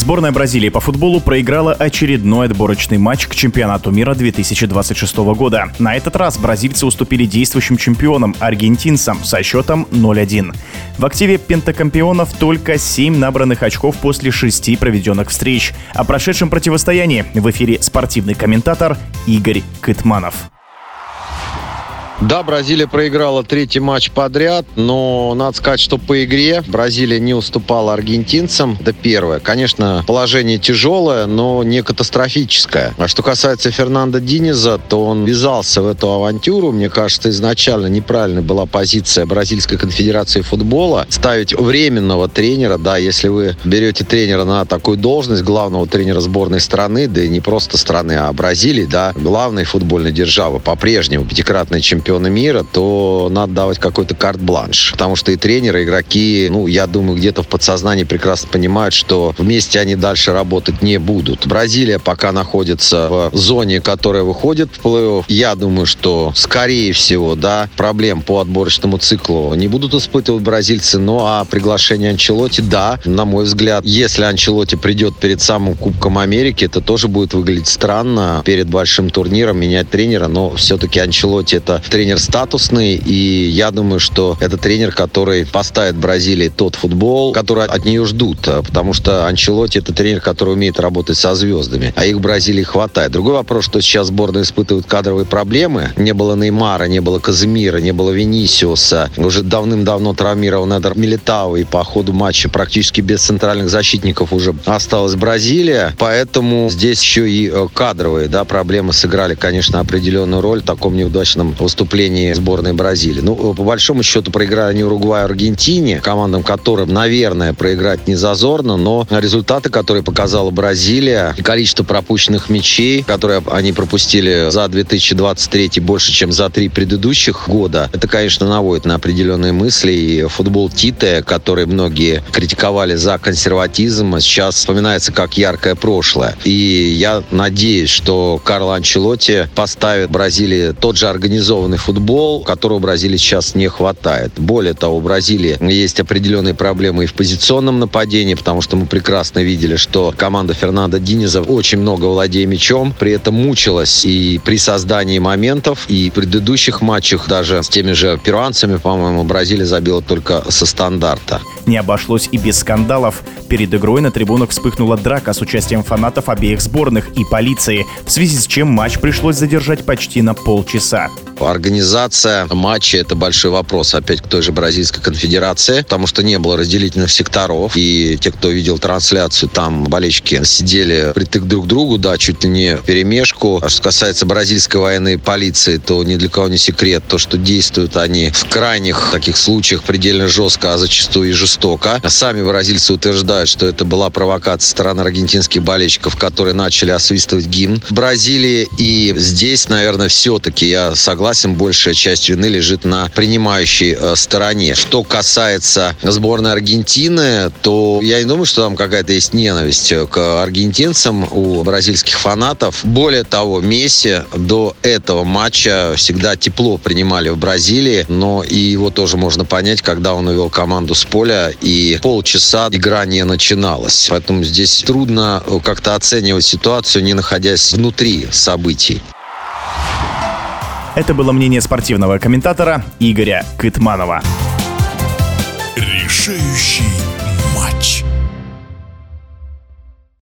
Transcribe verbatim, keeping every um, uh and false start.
Сборная Бразилии по футболу проиграла очередной отборочный матч к чемпионату мира две тысячи двадцать шестого года. На этот раз бразильцы уступили действующим чемпионам аргентинцам со счетом ноль один. В активе пентакампионов только семь набранных очков после шести проведенных встреч. О прошедшем противостоянии в эфире спортивный комментатор Игорь Кытманов. Да, Бразилия проиграла третий матч подряд, но надо сказать, что по игре Бразилия не уступала аргентинцам. Это первое. Конечно, положение тяжелое, но не катастрофическое. А что касается Фернандо Диниза, то он ввязался в эту авантюру. Мне кажется, изначально неправильной была позиция Бразильской конфедерации футбола. Ставить временного тренера, да, если вы берете тренера на такую должность, главного тренера сборной страны, да и не просто страны, а Бразилии, да, главной футбольной державы, по-прежнему пятикратный чемпион мира, то надо давать какой-то карт-бланш. Потому что и тренеры, и игроки, ну, я думаю, где-то в подсознании прекрасно понимают, что вместе они дальше работать не будут. Бразилия пока находится в зоне, которая выходит в плей-офф. Я думаю, что, скорее всего, да, проблем по отборочному циклу не будут испытывать бразильцы. Ну, а приглашение Анчелотти, да, на мой взгляд, если Анчелотти придет перед самым Кубком Америки, это тоже будет выглядеть странно перед большим турниром менять тренера, но все-таки Анчелотти — это тренер статусный, и я думаю, что это тренер, который поставит Бразилии тот футбол, который от нее ждут, потому что Анчелотти — это тренер, который умеет работать со звездами, а их в Бразилии хватает. Другой вопрос, что сейчас сборная испытывает кадровые проблемы. Не было Неймара, не было Каземира, не было Винисиуса, уже давным-давно травмирован Эдер Милитао, и по ходу матча практически без центральных защитников уже осталась Бразилия, поэтому здесь еще и кадровые, да, проблемы сыграли, конечно, определенную роль в таком неудачном выступлении сборной Бразилии. Ну, по большому счету, проиграли они Уругваю и Аргентине, командам которым, наверное, проиграть не зазорно, но результаты, которые показала Бразилия, и количество пропущенных мячей, которые они пропустили за две тысячи двадцать третий больше, чем за три предыдущих года, это, конечно, наводит на определенные мысли. И футбол Тите, который многие критиковали за консерватизм, сейчас вспоминается как яркое прошлое. И я надеюсь, что Карло Анчелотти поставит Бразилии тот же организованный футбол, которого Бразилии сейчас не хватает. Более того, в Бразилии есть определенные проблемы и в позиционном нападении, потому что мы прекрасно видели, что команда Фернандо Диниза, очень много владея мячом, при этом мучилась и при создании моментов, и в предыдущих матчах даже с теми же перуанцами, по-моему, Бразилия забила только со стандарта. Не обошлось и без скандалов. Перед игрой на трибунах вспыхнула драка с участием фанатов обеих сборных и полиции, в связи с чем матч пришлось задержать почти на полчаса. Организация матча — это большой вопрос опять к той же Бразильской конфедерации, потому что не было разделительных секторов, и те, кто видел трансляцию, там болельщики сидели притык друг к другу, да, чуть ли не вперемешку. А что касается бразильской военной полиции, то ни для кого не секрет то, что действуют они в крайних таких случаях предельно жестко, а зачастую и жестоко. Сами бразильцы утверждают, что это была провокация со стороны аргентинских болельщиков, которые начали освистывать гимн в Бразилии. И здесь, наверное, все-таки я согласен, большая часть вины лежит на принимающей э, стороне. Что касается сборной Аргентины, то я не думаю, что там какая-то есть ненависть к аргентинцам у бразильских фанатов. Более того, Месси до этого матча всегда тепло принимали в Бразилии, но и его тоже можно понять, когда он увел команду с поля, и полчаса игра не начиналась. Поэтому здесь трудно как-то оценивать ситуацию, не находясь внутри событий. Это было мнение спортивного комментатора Игоря Кытманова. Решающий